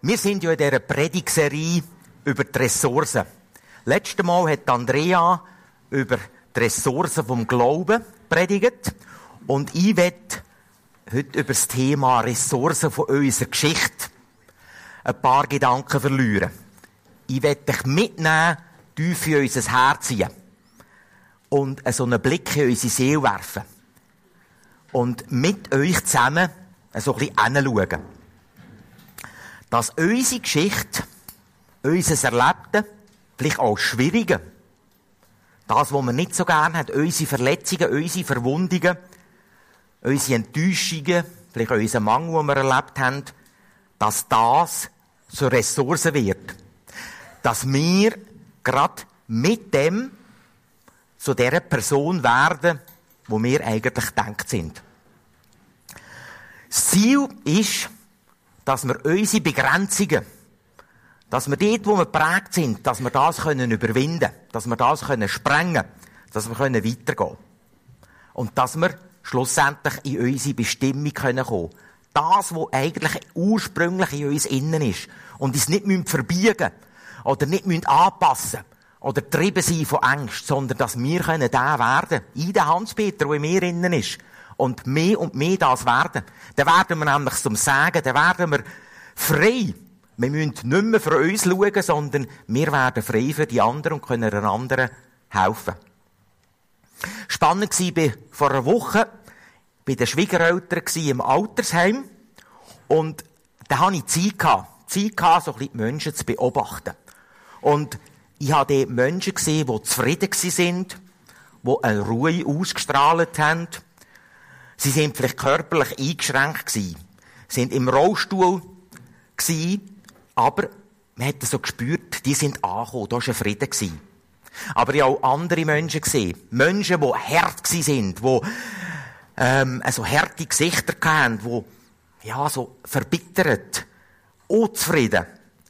Wir sind ja in dieser Predigserie über die Ressourcen. Letztes Mal hat Andrea über die Ressourcen vom Glauben predigt. Und ich werde heute über das Thema Ressourcen von unserer Geschichte ein paar Gedanken verlieren. Ich werde dich mitnehmen, tief in unser Herz ziehen und so einen Blick in unsere Seele werfen. Und mit euch zusammen so ein bisschen hinschauen. Dass unsere Geschichte, unser Erlebte, vielleicht auch Schwierige, das, was man nicht so gerne hat, unsere Verletzungen, unsere Verwundungen, unsere Enttäuschungen, vielleicht unseren Mangel, den wir erlebt haben, dass das zur Ressource wird. Dass wir gerade mit dem zu der Person werden, wo wir eigentlich gedacht sind. Das Ziel ist, dass wir unsere Begrenzungen, dass wir dort, wo wir geprägt sind, dass wir das überwinden können, dass wir das sprengen können, dass wir weitergehen können. Und dass wir schlussendlich in unsere Bestimmung kommen können. Das, was eigentlich ursprünglich in uns innen ist. Und uns nicht verbiegen oder nicht anpassen oder getrieben sein von Angst, sondern dass wir der werden in den Hans-Peter, der in mir innen ist. Und mehr das werden. Dann werden wir nämlich zum Sagen, dann werden wir frei. Wir müssen nicht mehr für uns schauen, sondern wir werden frei für die anderen und können den anderen helfen. Spannend war vor einer Woche bei den Schwiegereltern im Altersheim. Und da hatte ich Zeit gehabt, so ein bisschen die Menschen zu beobachten. Und ich habe dort Menschen gesehen, die zufrieden waren, die eine Ruhe ausgestrahlt haben. Sie sind vielleicht körperlich eingeschränkt gewesen, sind im Rollstuhl gewesen, aber man hat so gespürt, die sind angekommen, da war ein Frieden gewesen. Aber ich habe auch andere Menschen gesehen. Menschen, die hart gewesen sind, die, so harte Gesichter hatten, die, ja, so verbittert, unzufrieden.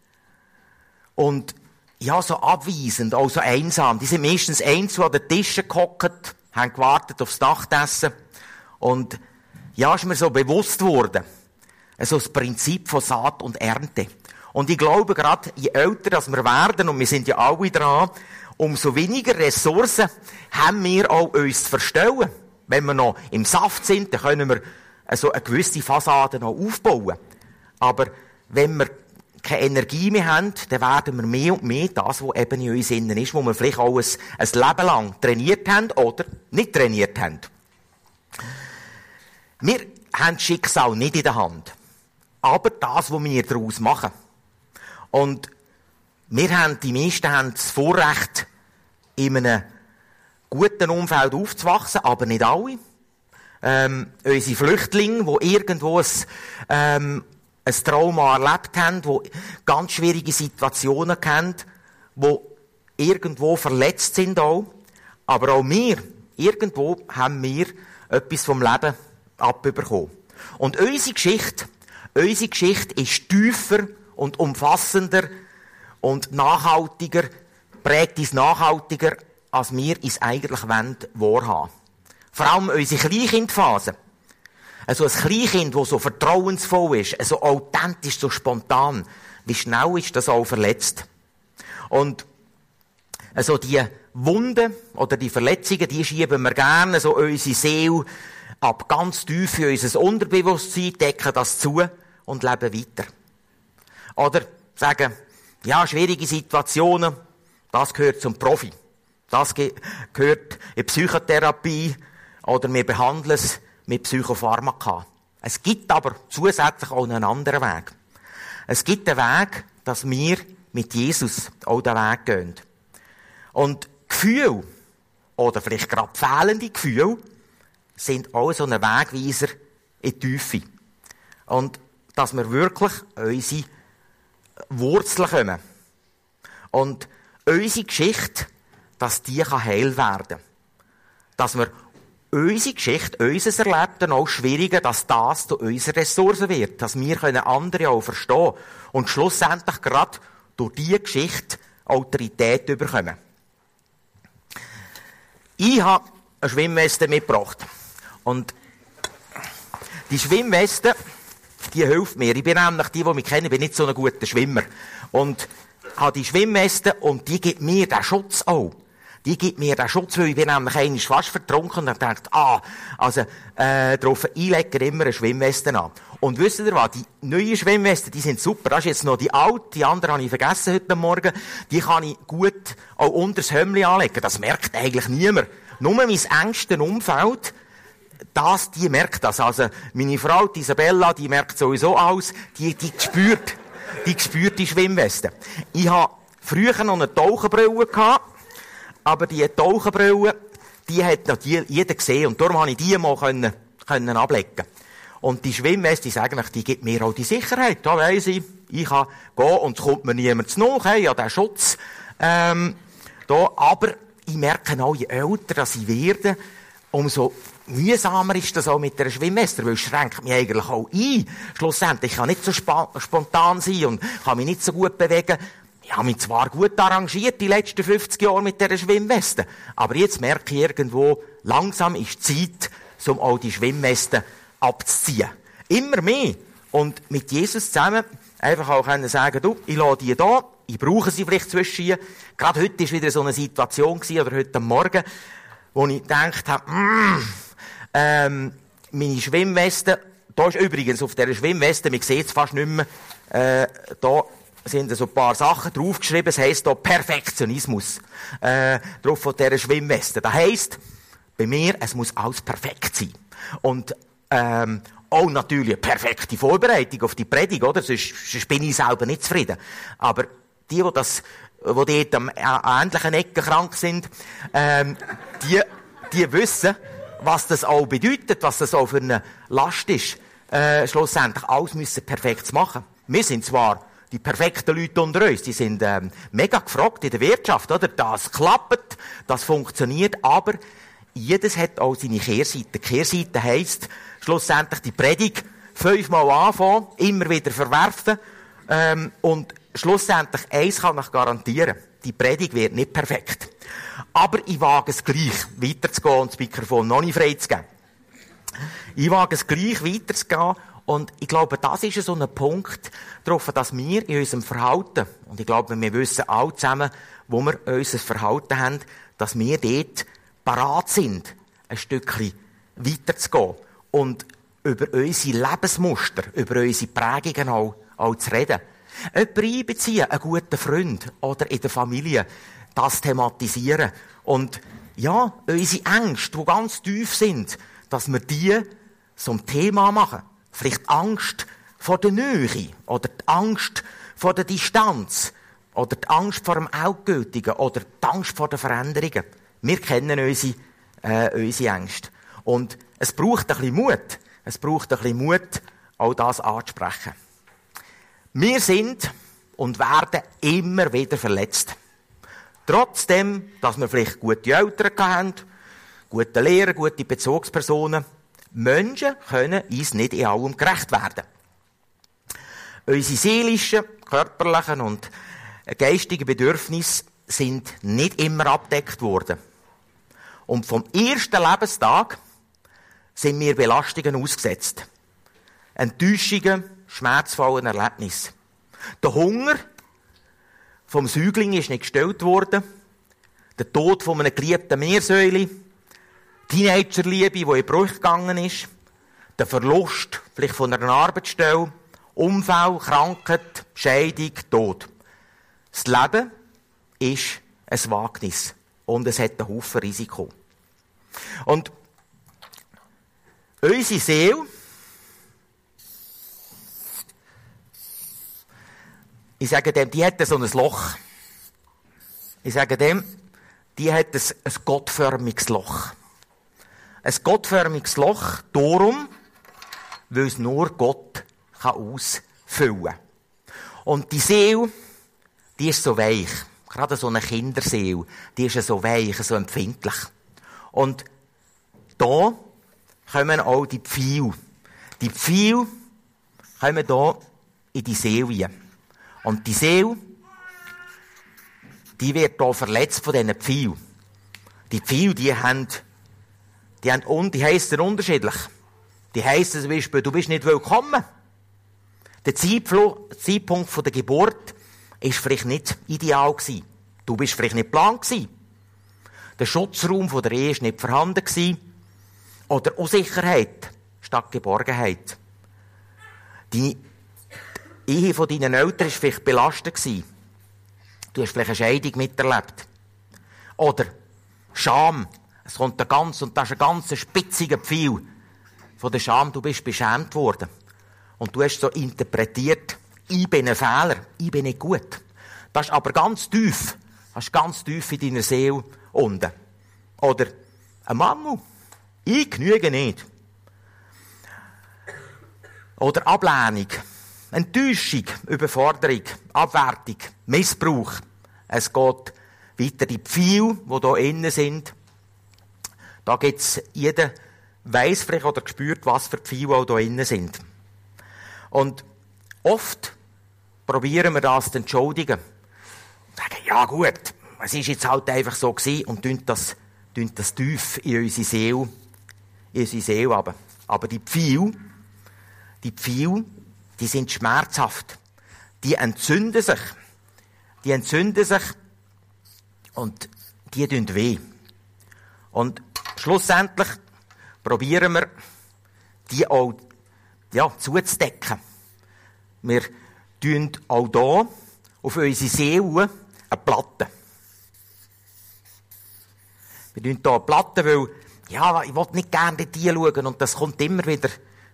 Und, ja, so abweisend, auch so einsam. Die sind meistens einzeln an den Tischen gehockt, haben gewartet aufs Nachtessen. Und, ja, ist mir so bewusst geworden. Also das Prinzip von Saat und Ernte. Und ich glaube, gerade je älter dass wir werden, und wir sind ja alle dran, umso weniger Ressourcen haben wir auch uns zu verstellen. Wenn wir noch im Saft sind, dann können wir so eine gewisse Fassade noch aufbauen. Aber wenn wir keine Energie mehr haben, dann werden wir mehr und mehr das, was eben in uns innen ist, wo wir vielleicht auch ein Leben lang trainiert haben oder nicht trainiert haben. Wir haben das Schicksal nicht in der Hand. Aber das, was wir daraus machen. Und die meisten haben das Vorrecht, in einem guten Umfeld aufzuwachsen, aber nicht alle. Unsere Flüchtlinge, die irgendwo ein Trauma erlebt haben, die ganz schwierige Situationen kennen, die irgendwo verletzt sind auch. Aber auch wir, irgendwo haben wir etwas vom Leben abbekommen. Und unsere Geschichte ist tiefer und umfassender und nachhaltiger, prägt uns nachhaltiger, als wir es eigentlich wahrhaben. Vor allem unsere Kleinkindphase. Also ein Kleinkind, das so vertrauensvoll ist, so authentisch, so spontan. Wie schnell ist das auch verletzt? Und also die Wunden oder die Verletzungen, die schieben wir gerne so unsere Seele ab ganz tief in unser Unterbewusstsein, decken das zu und leben weiter. Oder sagen, ja, schwierige Situationen, das gehört zum Profi. Das gehört in Psychotherapie oder wir behandeln es mit Psychopharmaka. Es gibt aber zusätzlich auch einen anderen Weg. Es gibt einen Weg, dass wir mit Jesus auch den Weg gehen. Und Gefühle, oder vielleicht gerade fehlende Gefühle, sind auch so ein Wegweiser in die Tiefe. Und dass wir wirklich unsere Wurzeln kommen. Und unsere Geschichte, dass die heil werden kann. Dass wir unsere Geschichte, unser Erlebten, auch Schwierige, dass das zu unserer Ressource wird. Dass wir andere auch verstehen und schlussendlich gerade durch diese Geschichte Autorität bekommen. Ich habe eine Schwimmweste mitgebracht. Und die Schwimmweste die hilft mir. Ich bin nämlich, die mich kennen, bin nicht so ein guter Schwimmer. Und habe die Schwimmweste und die gibt mir den Schutz auch. Die gibt mir den Schutz, weil ich bin nämlich einmal fast vertrunken und dachte, drauf einlegen immer eine Schwimmweste an. Und wisst ihr was? Die neuen Schwimmwesten, die sind super. Das ist jetzt noch die alte, die andere habe ich vergessen heute Morgen. Die kann ich gut auch unter das Hemdli anlegen. Das merkt eigentlich niemand. Nur mein engsten Umfeld, die merkt das. Also, meine Frau, die Isabella, die merkt sowieso alles. Die spürt die Schwimmweste. Ich habe früher noch eine Taucherbrille gehabt. Aber die Taucherbrille, die hat noch jeder gesehen. Und darum konnte ich die mal können ablegen. Und die Schwimmweste, die gibt mir auch die Sicherheit. Da weiss ich kann gehen und es kommt mir niemand nach. Hey, ja, der Schutz. Aber ich merke auch, je älter dass ich werde, umso mühsamer ist das auch mit der Schwimmweste, weil es schränkt mich eigentlich auch ein. Schlussendlich, ich kann nicht so spontan sein und kann mich nicht so gut bewegen. Ich habe mich zwar gut arrangiert die letzten 50 Jahre mit dieser Schwimmweste, aber jetzt merke ich irgendwo, langsam ist Zeit, um auch die Schwimmweste abzuziehen. Immer mehr. Und mit Jesus zusammen einfach auch können sagen, du, ich lasse die da, ich brauche sie vielleicht zwischen. Gerade heute war wieder so eine Situation gewesen, oder heute Morgen, wo ich gedacht habe, meine Schwimmweste, da ist übrigens auf dieser Schwimmweste, man sieht es fast nicht mehr, da sind so ein paar Sachen draufgeschrieben, es heisst da Perfektionismus, drauf von dieser Schwimmweste. Das heisst, bei mir, es muss alles perfekt sein. Und, auch natürlich eine perfekte Vorbereitung auf die Predigt, oder? Sonst bin ich selber nicht zufrieden. Aber die dort an ähnlichen Ecken krank sind, die wissen, was das auch bedeutet, was das auch für eine Last ist, schlussendlich alles müssen perfekt zu machen. Wir sind zwar die perfekten Leute unter uns, die sind mega gefragt in der Wirtschaft, oder? Das klappt, das funktioniert, aber jedes hat auch seine Kehrseite. Die Kehrseite heisst, schlussendlich die Predigt 5-mal anfangen, immer wieder verwerfen, und schlussendlich eins kann ich garantieren, die Predigt wird nicht perfekt. Aber ich wage es gleich, weiterzugehen und das Mikrofon noch nicht freizugeben. Ich wage es gleich, weiterzugehen, und ich glaube, das ist so ein Punkt darauf, dass wir in unserem Verhalten, und ich glaube, wir wissen alle zusammen, wo wir unser Verhalten haben, dass wir dort parat sind, ein Stückchen weiterzugehen und über unsere Lebensmuster, über unsere Prägungen auch zu reden. Jemanden einbeziehen, einen guten Freund oder in der Familie, das thematisieren. Und ja, unsere Ängste, die ganz tief sind, dass wir die zum Thema machen. Vielleicht Angst vor der Nähe oder die Angst vor der Distanz oder die Angst vor dem Endgültigen oder die Angst vor den Veränderungen. Wir kennen unsere Ängste. Und es braucht ein bisschen Mut. Es braucht ein bisschen Mut, auch das anzusprechen. Wir sind und werden immer wieder verletzt. Trotzdem, dass wir vielleicht gute Eltern haben, gute Lehrer, gute Bezugspersonen, Menschen können uns nicht in allem gerecht werden. Unsere seelischen, körperlichen und geistigen Bedürfnisse sind nicht immer abgedeckt worden. Und vom ersten Lebenstag sind wir Belastungen ausgesetzt. Enttäuschungen, schmerzvollen Erlebnissen. Der Hunger vom Säugling ist nicht gestillt worden. Der Tod von einem geliebten Meersäule. Teenagerliebe, die in Bruch gegangen ist. Der Verlust vielleicht von einer Arbeitsstelle. Unfall, Krankheit, Scheidung, Tod. Das Leben ist ein Wagnis. Und es hat einen Haufen Risiko. Und unsere Seele, ich sage dem, die hat so ein Loch. Ich sage dem, die hat ein gottförmiges Loch. Ein gottförmiges Loch, darum, weil es nur Gott kann ausfüllen kann. Und die Seele, die ist so weich. Gerade so eine Kinderseele, die ist so weich, so empfindlich. Und da kommen auch die Pfeile. Die Pfeile kommen da in die Seele rein. Und die Seele, die wird da verletzt von diesen Pfeilen. Die Pfeile, die heissen unterschiedlich. Die heissen zum Beispiel, du bist nicht willkommen. Der Zeitpunkt der Geburt war vielleicht nicht ideal gewesen. Du bist vielleicht nicht geplant gewesen. Der Schutzraum der Ehe war nicht vorhanden gewesen. Oder Unsicherheit statt Geborgenheit. Die Ehe von deinen Eltern war vielleicht belastet gewesen. Du hast vielleicht eine Scheidung miterlebt. Oder Scham. Es kommt das ist ein ganz spitziger Pfeil von der Scham. Du bist beschämt worden. Und du hast so interpretiert, ich bin ein Fehler, ich bin nicht gut. Das ist aber ganz tief. Das ist ganz tief in deiner Seele unten. Oder ein Mangel. Ich genüge nicht. Oder Ablehnung. Enttäuschung, Überforderung, Abwertung, Missbrauch. Es geht weiter die Pfeile, die hier innen sind. Da gibt's jeder weiss vielleicht oder gespürt, was für Pfeile auch hier innen sind. Und oft probieren wir das zu entschuldigen. Sagen, ja gut, es ist jetzt halt einfach so gewesen und tun das tief in unsere Seele runter. Aber die Pfeile, die sind schmerzhaft. Die entzünden sich und die tun weh. Und schlussendlich probieren wir, die auch zuzudecken. Wir tun auch hier auf unsere Seele eine Platte. Wir tun hier eine Platte, weil, ja, ich will nicht gerne dort hinschauen und das kommt immer wieder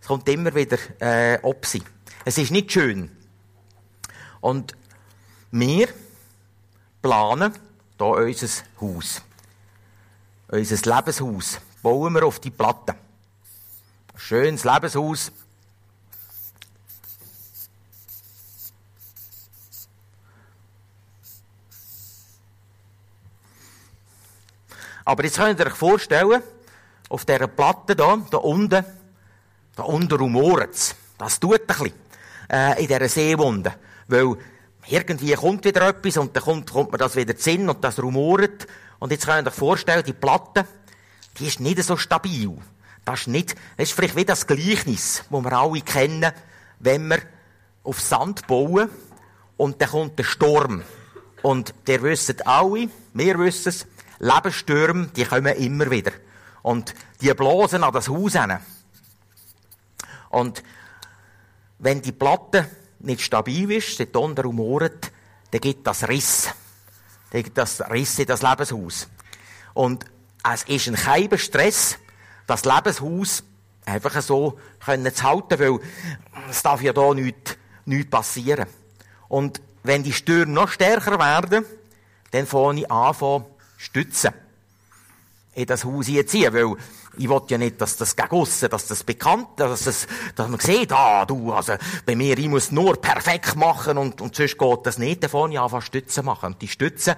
ob sie. Es ist nicht schön. Und wir planen hier unser Haus. Unser Lebenshaus bauen wir auf die Platte. Ein schönes Lebenshaus. Aber jetzt könnt ihr euch vorstellen, auf dieser Platte da unten rumoret es. Das tut ein bisschen, in dieser Seewunde. Weil irgendwie kommt wieder etwas und dann kommt mir das wieder zu Sinn und das rumoret. Und jetzt könnt ihr euch vorstellen, die Platte, die ist nicht so stabil. Das ist vielleicht wie das Gleichnis, das wir alle kennen, wenn wir auf Sand bauen und dann kommt der Sturm. Und ihr wisst alle, wir wissen es, Lebensstürme, die kommen immer wieder. Und die blasen an das Haus hin. Und wenn die Platte nicht stabil ist, dort unten rumoret, dann gibt das Riss. Dann gibt das Riss in das Lebenshaus. Und es ist ein keiber Stress, das Lebenshaus einfach so zu halten, weil es darf ja da nichts passieren. Und wenn die Stürme noch stärker werden, dann fange ich an, Stützen in das Haus hineinziehen, weil ich will ja nicht, dass das gegen aussen, dass das bekannt, dass man sieht, also bei mir, ich muss nur perfekt machen und sonst geht das nicht, dann fange ich an, Stützen machen. Und die Stützen,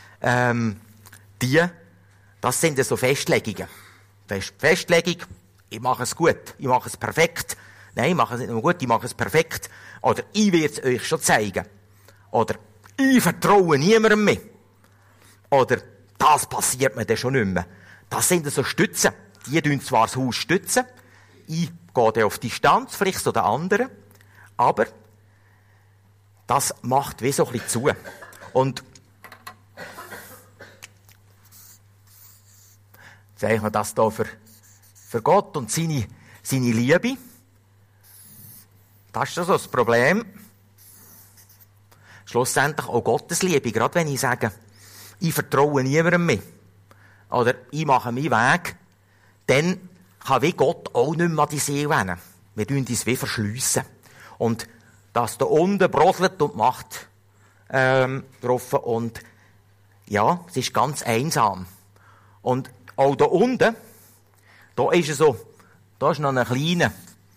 das sind so Festlegungen. Festlegung, ich mache es gut, ich mache es perfekt. Nein, ich mache es nicht nur gut, ich mache es perfekt. Oder ich werde es euch schon zeigen. Oder ich vertraue niemandem mehr. Oder das passiert mir dann schon nicht mehr. Das sind so Stützen. Die tun zwar das Haus stützen. Ich gehe dann auf Distanz, vielleicht so der andere. Aber das macht wie so ein bisschen zu. Und zeichnen wir das hier für Gott und seine Liebe. Das ist so das Problem. Schlussendlich auch Gottes Liebe. Gerade wenn ich sage, ich vertraue niemandem mehr. Oder ich mache meinen Weg. Dann kann wie Gott auch nicht mehr an die Seele wenden. Wir tun uns wie verschliessen. Und das da unten broselt und macht drauf. Und ja, es ist ganz einsam. Und auch da unten, da ist es so, da ist noch ein kleiner.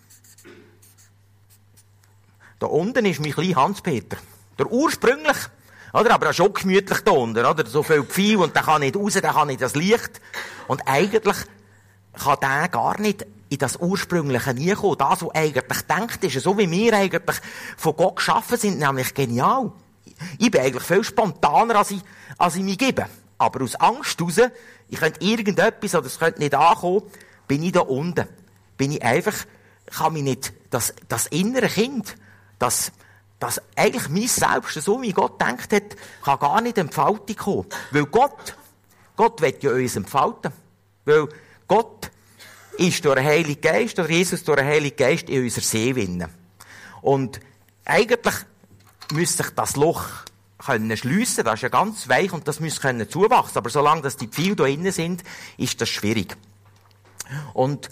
Da unten ist mein kleiner Hans-Peter. Der ursprünglich, oder? Aber er ist schon gemütlich da unten, oder? So viel Pfeil und der kann nicht raus, der kann nicht das Licht. Und eigentlich kann der gar nicht in das Ursprüngliche nie kommen. Das, was eigentlich denkt, ist so wie wir eigentlich von Gott geschaffen sind, nämlich genial. Ich bin eigentlich viel spontaner, als ich mich gebe. Aber aus Angst heraus, ich könnte irgendetwas oder es könnte nicht ankommen, bin ich da unten. Bin ich einfach, kann mich nicht, das innere Kind, dass eigentlich mein Selbst, so wie Gott denkt hat, kann gar nicht Entfaltung kommen. Weil Gott will ja uns entfalten. Weil Gott ist durch den Heiligen Geist, oder Jesus durch den Heiligen Geist in unserer Seele. Und eigentlich müsste sich das Loch schliessen, das ist ja ganz weich und das müsste zuwachsen. Aber solange dass die Pfeile da innen sind, ist das schwierig. Und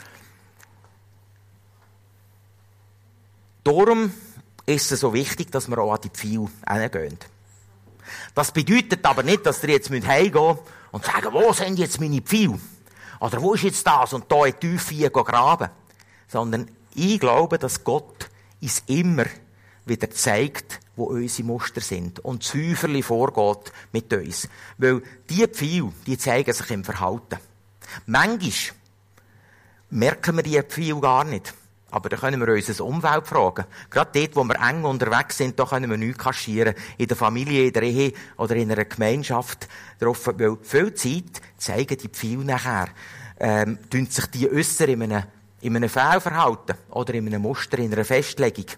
darum ist es so wichtig, dass wir auch an die Pfeile hingehen. Das bedeutet aber nicht, dass ihr jetzt heimgehen müsst und sagen, wo sind jetzt meine Pfeile? Oder wo ist jetzt das? Und da in die Tiefe graben. Sondern ich glaube, dass Gott uns immer wieder zeigt, wo unsere Muster sind. Und das Häuferli vorgeht mit uns. Weil diese Pfeile, die zeigen sich im Verhalten. Manchmal merken wir diese Pfeile gar nicht. Aber da können wir unser Umfeld fragen. Gerade dort, wo wir eng unterwegs sind, da können wir nichts kaschieren. In der Familie, in der Ehe oder in einer Gemeinschaft. Weil viel Zeit zeigen die Pfeile nachher, tun sich die äussern in einem Fehlverhalten oder in einem Muster, in einer Festlegung.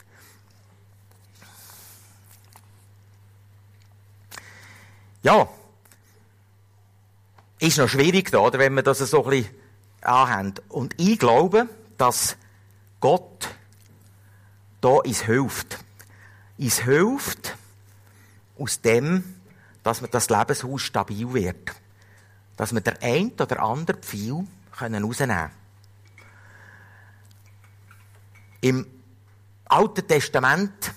Ja, ist noch schwierig da, oder, wenn wir das so ein bisschen anhaben. Und ich glaube, dass Gott da uns hilft. Uns hilft aus dem, dass wir das Lebenshaus stabil wird. Dass wir den einen oder anderen Pfeil rausnehmen können. Im Alten Testament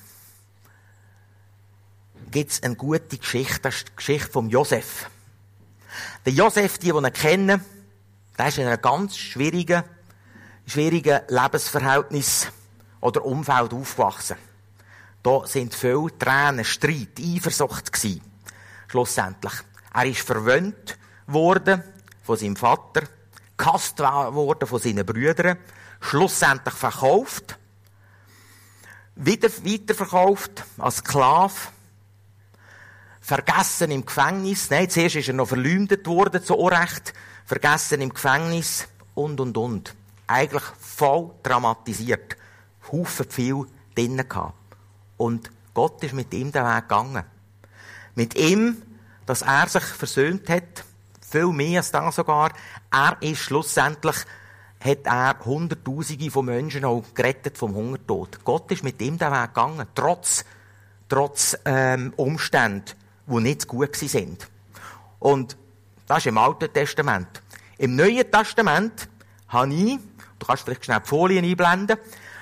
gibt es eine gute Geschichte, das ist die Geschichte von Josef. Der Josef, die ihn kennen, der ist in einem ganz schwierigen Lebensverhältnis oder Umfeld aufgewachsen. Da sind viele Tränen, Streit, Eifersucht gewesen. Schlussendlich. Er ist verwöhnt worden von seinem Vater, gehasst worden von seinen Brüdern, schlussendlich verkauft, wieder weiterverkauft als Sklave, vergessen im Gefängnis. Nein, zuerst ist er noch verleumdet worden, zu Unrecht, vergessen im Gefängnis und. Eigentlich voll dramatisiert. Haufen viel drinnen gehabt. Und Gott ist mit ihm den Weg gegangen. Mit ihm, dass er sich versöhnt hat, viel mehr als das sogar. Er ist schlussendlich, hat er Hunderttausende von Menschen auch gerettet vom Hungertod. Gott ist mit ihm den Weg gegangen, trotz Umständen, die nicht gut sind. Und das ist im Alten Testament. Im Neuen Testament habe ich, du kannst vielleicht schnell die Folien einblenden,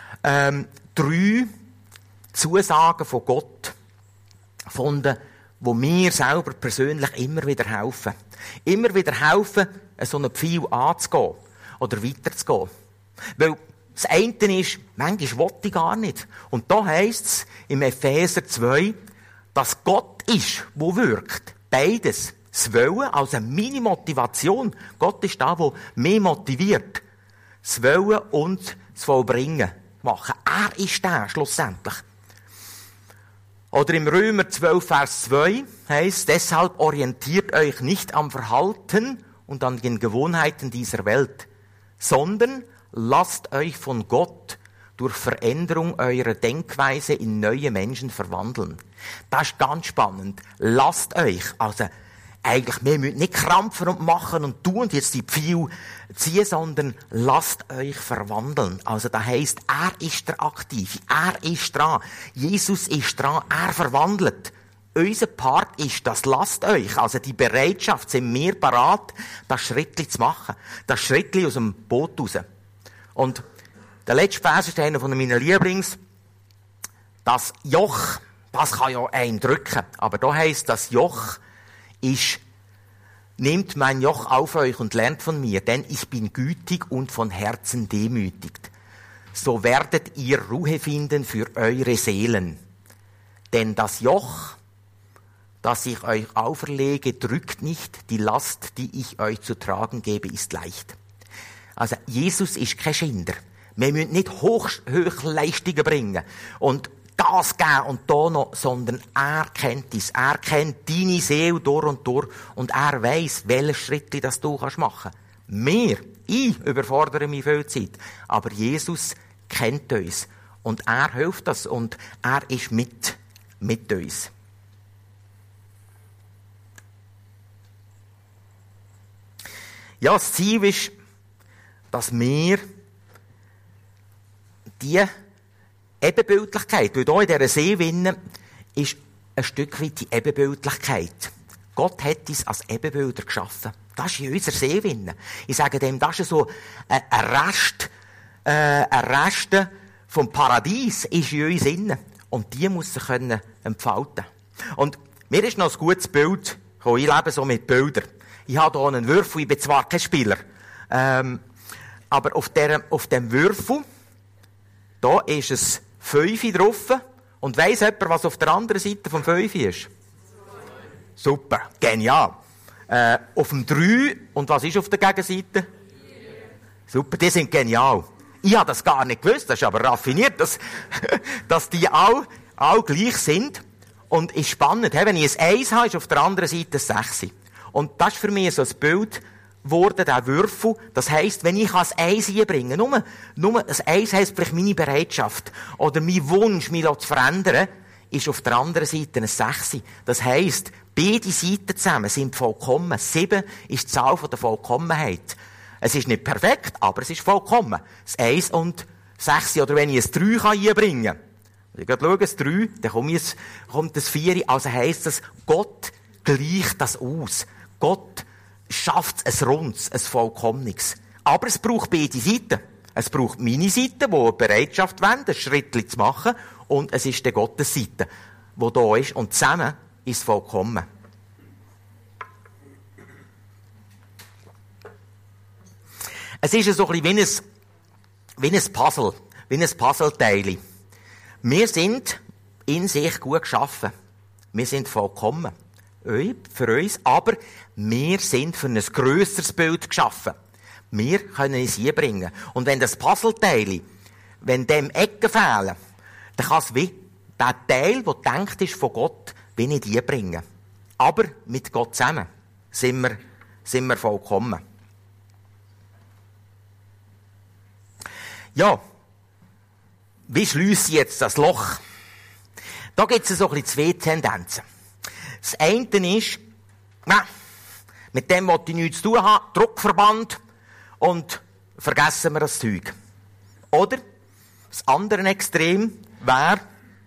3 Zusagen von Gott gefunden, die mir selber persönlich immer wieder helfen. Immer wieder helfen, so einen Pfeil anzugehen oder weiterzugehen. Weil das eine ist, manchmal will ich gar nicht. Und da heisst es im Epheser 2, dass Gott ist, der wirkt. Beides. Das Wollen, also meine Motivation. Gott ist da, der mich motiviert. Das Wollen und das Vollbringen machen. Er ist der, schlussendlich. Oder im Römer 12, Vers 2 heisst, deshalb orientiert euch nicht am Verhalten und an den Gewohnheiten dieser Welt, sondern lasst euch von Gott durch Veränderung eurer Denkweise in neue Menschen verwandeln. Das ist ganz spannend. Lasst euch, also eigentlich, wir müssen nicht krampfen und machen und tun und jetzt die Pfeile ziehen, sondern lasst euch verwandeln. Also das heisst, er ist der Aktive, er ist dran. Jesus ist dran, er verwandelt. Unser Part ist, das lasst euch, also die Bereitschaft, sind wir bereit, das Schrittli zu machen. Das Schrittli aus dem Boot raus. Und der letzte Vers ist einer von meinen Lieblings. Das Joch, das kann ja einen drücken. Aber da heisst, das Joch ist, nehmt mein Joch auf euch und lernt von mir, denn ich bin gütig und von Herzen demütigt. So werdet ihr Ruhe finden für eure Seelen. Denn das Joch, das ich euch auferlege, drückt nicht. Die Last, die ich euch zu tragen gebe, ist leicht. Also, Jesus ist kein Schinder. Wir müssen nicht Hochleistungen bringen und das geben und da noch, sondern er kennt es. Er kennt deine Seele durch und durch und er weiss, welche Schritte das du machen kannst. Ich überfordere mich viel Zeit, aber Jesus kennt uns Und er hilft das und er ist mit uns. Ja, das Ziel ist, dass wir die Ebenbildlichkeit, weil hier in dieser Seewinne ist ein Stück weit die Ebenbildlichkeit. Gott hat uns als Ebenbilder geschaffen. Das ist in unserer Seewinne. Ich sage dem, das ist so ein Rest vom Paradies ist in uns innen. Und die muss sich entfalten. Und mir ist noch ein gutes Bild, ich lebe so mit Bildern. Ich habe hier einen Würfel, ich bin zwar kein Spieler, aber auf dem Würfel, da ist ein 5 drauf. Und weiss jemand, was auf der anderen Seite vom 5 ist? Super, genial. Auf dem 3, und was ist auf der Gegenseite? 4. Super, die sind genial. Ich habe das gar nicht gewusst, das ist aber raffiniert, dass die all gleich sind. Und ist spannend, wenn ich ein 1 habe, ist auf der anderen Seite ein 6. Und das ist für mich so ein Bild geworden, der Würfel. Das heisst, wenn ich ein 1 einbringe, nur ein 1 heisst vielleicht meine Bereitschaft oder mein Wunsch, mich zu verändern, ist auf der anderen Seite ein 6. Das heisst, beide Seiten zusammen sind vollkommen. 7 ist die Zahl der Vollkommenheit. Es ist nicht perfekt, aber es ist vollkommen. Das 1 und 6, oder wenn ich ein 3 einbringen kann, ich schaue, das 3, dann kommt das 4, also heisst das, Gott gleicht das aus. Gott schafft ein Rundes, ein Vollkommenes. Aber es braucht beide Seiten. Es braucht meine Seite, die eine Bereitschaft wollen, ein Schritt zu machen, und es ist die Gottes Seite, die da ist, und zusammen ist es vollkommen. Es ist so ein bisschen wie ein Puzzle, wie ein Puzzleteil. Wir sind in sich gut geschaffen. Wir sind vollkommen. Für uns, aber wir sind für ein grösseres Bild geschaffen. Wir können es einbringen. Und wenn das Puzzleteil, wenn dem Ecken fehlen, dann kann es wie der Teil, der gedacht ist von Gott, wie nicht einbringen. Aber mit Gott zusammen sind wir vollkommen. Ja, wie schliesse ich jetzt das Loch? Da gibt es so ein bisschen zwei Tendenzen. Das eine ist, mit dem, was ich nichts zu tun habe, Druckverband, und vergessen wir das Zeug. Oder das andere Extrem wäre,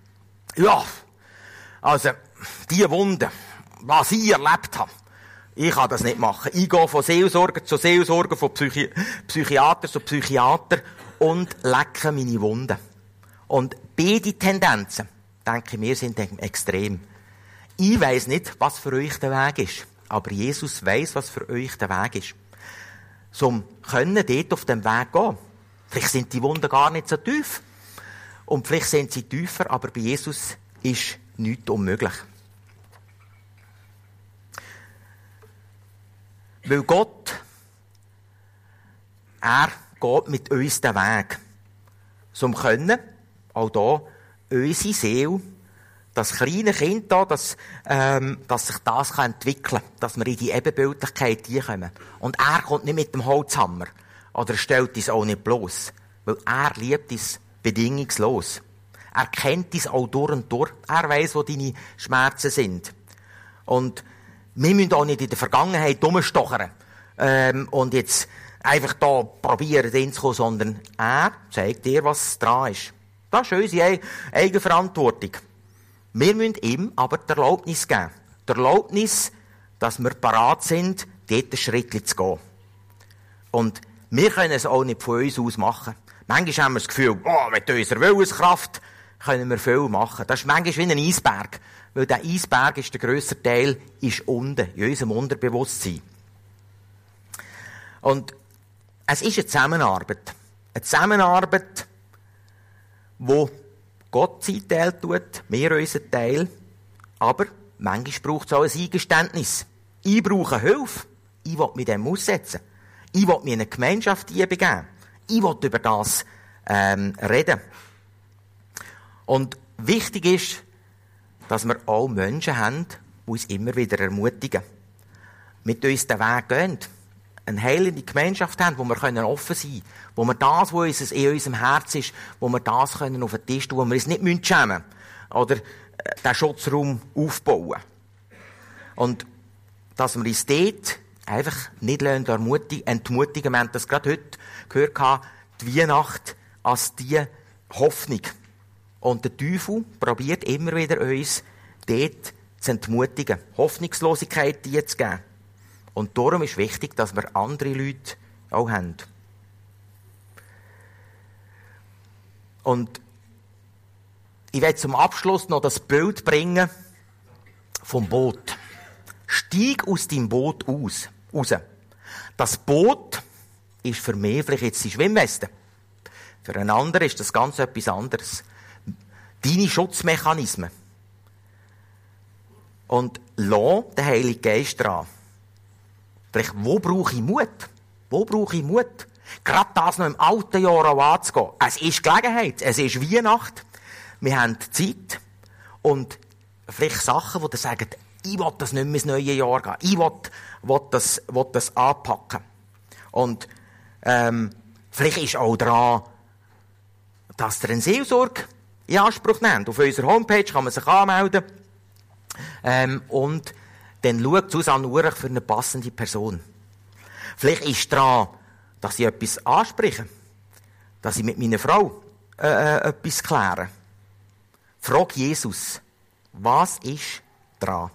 also die Wunde, was ich erlebt habe, ich kann das nicht machen. Ich gehe von Seelsorger zu Seelsorger, von Psychiater zu Psychiater und lecke meine Wunden. Und beide Tendenzen, denke ich mir, sind extrem. Ich weiss nicht, was für euch der Weg ist. Aber Jesus weiss, was für euch der Weg ist. Zum können dort auf dem Weg gehen. Vielleicht sind die Wunden gar nicht so tief. Und vielleicht sind sie tiefer, aber bei Jesus ist nichts unmöglich. Weil Gott, er geht mit uns den Weg. Zum können, auch da, unsere Seele, das kleine Kind da, dass sich das entwickeln kann, dass wir in die Ebenbildlichkeit hineinkommen. Und er kommt nicht mit dem Holzhammer. Oder er stellt uns auch nicht bloß. Weil er liebt uns bedingungslos. Er kennt uns auch durch und durch. Er weiss, wo deine Schmerzen sind. Und wir müssen auch nicht in der Vergangenheit rumstochern. Und jetzt einfach da probieren, hinzukommen, sondern er zeigt dir, was dran ist. Das ist unsere Eigenverantwortung. Wir müssen ihm aber die Erlaubnis geben. Die Erlaubnis, dass wir parat sind, dort einen Schritt zu gehen. Und wir können es auch nicht von uns aus machen. Manchmal haben wir das Gefühl, mit unserer Willenskraft können wir viel machen. Das ist manchmal wie ein Eisberg. Weil der Eisberg ist der grösste Teil, ist unten, in unserem Unterbewusstsein. Und es ist eine Zusammenarbeit. Eine Zusammenarbeit, wo Gott sein Teil tut, wir unseren Teil. Aber manchmal braucht es auch ein Eingeständnis. Ich brauche Hilfe. Ich will mich dem aussetzen. Ich will mir eine Gemeinschaft begeben. Ich will über das reden. Und wichtig ist, dass wir auch Menschen haben, die uns immer wieder ermutigen. Mit uns den Weg gehen. eine heilende Gemeinschaft haben, wo wir offen sein können, wo wir das, was in unserem Herz ist, wo wir das können auf den Tisch tun, wo wir uns nicht schämen müssen. Oder den Schutzraum aufbauen. Und dass wir uns dort einfach nicht entmutigen. Wir haben das gerade heute gehört, die Weihnacht als die Hoffnung. Und der Teufel probiert immer wieder uns dort zu entmutigen, Hoffnungslosigkeit die zu geben. Und darum ist wichtig, dass wir andere Leute auch haben. Und ich werde zum Abschluss noch das Bild bringen vom Boot. Steig aus deinem Boot raus. Das Boot ist für mich vielleicht jetzt die Schwimmweste. Für einen anderen ist das ganz etwas anderes. Deine Schutzmechanismen. Und lass den Heiligen Geist dran. Vielleicht, wo brauche ich Mut? Wo brauche ich Mut? Gerade das noch im alten Jahr anzugehen. Es ist Gelegenheit. Es ist Weihnacht. Wir haben Zeit. Und vielleicht Sachen, die sagen, ich will das nicht mehr ins neue Jahr gehen. Ich will das anpacken. Und vielleicht ist auch dran, dass ihr eine Seelsorge in Anspruch nehmt. Auf unserer Homepage kann man sich anmelden. Und dann schaut Susanne Urech für eine passende Person. Vielleicht ist dran, dass ich etwas anspreche. Dass ich mit meiner Frau etwas kläre. Frag Jesus, was ist dran?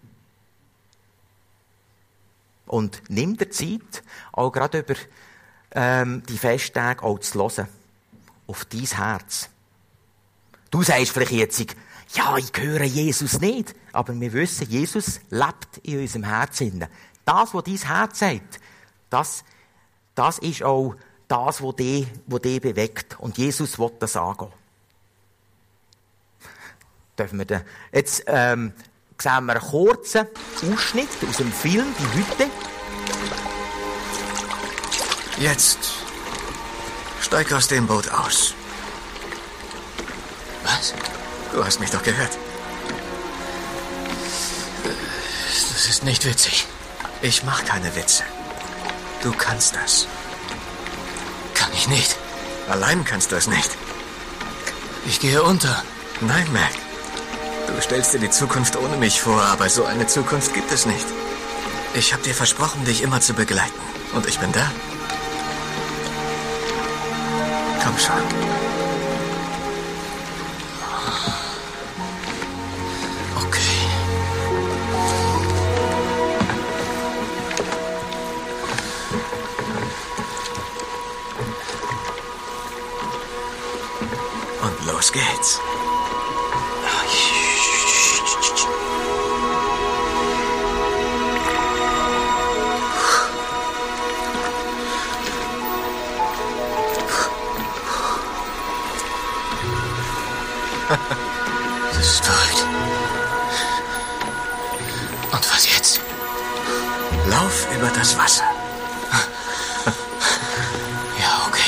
Und nimm dir Zeit, auch gerade über die Festtage auch zu hören. Auf dein Herz. Du sagst vielleicht jetzt, ja, ich höre Jesus nicht. Aber wir wissen, Jesus lebt in unserem Herzen. Das, was dein Herz sagt, das ist auch das, was dich bewegt. Und Jesus will das angehen. Dürfen wir jetzt sehen wir einen kurzen Ausschnitt aus dem Film «Die Hütte». Jetzt steig aus dem Boot aus. Was? Du hast mich doch gehört. Das ist nicht witzig. Ich mach keine Witze. Du kannst das. Kann ich nicht. Allein kannst du es nicht. Ich gehe unter. Nein, Mac. Du stellst dir die Zukunft ohne mich vor, aber so eine Zukunft gibt es nicht. Ich habe dir versprochen, dich immer zu begleiten. Und ich bin da. Komm schon. Okay. Und los geht's. Das ist verrückt. Und was jetzt? Lauf über das Wasser. Ja, okay.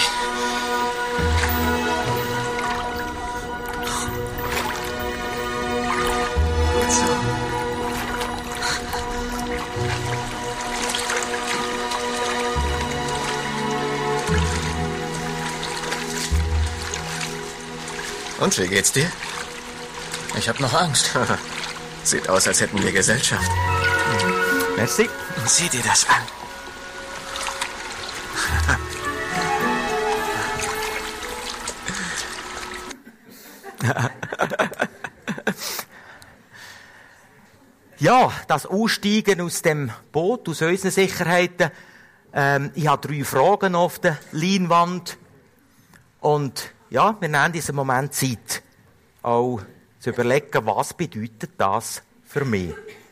Gut so. Und wie geht's dir? Ich habe noch Angst. Sieht aus, als hätten wir Gesellschaft. Merci. Sieh dir das an. Ja, das Aussteigen aus dem Boot, aus unseren Sicherheiten. Ich habe 3 Fragen auf der Leinwand. Und ja, wir nehmen diesen Moment Zeit, auch zu überlegen, was bedeutet das für mich.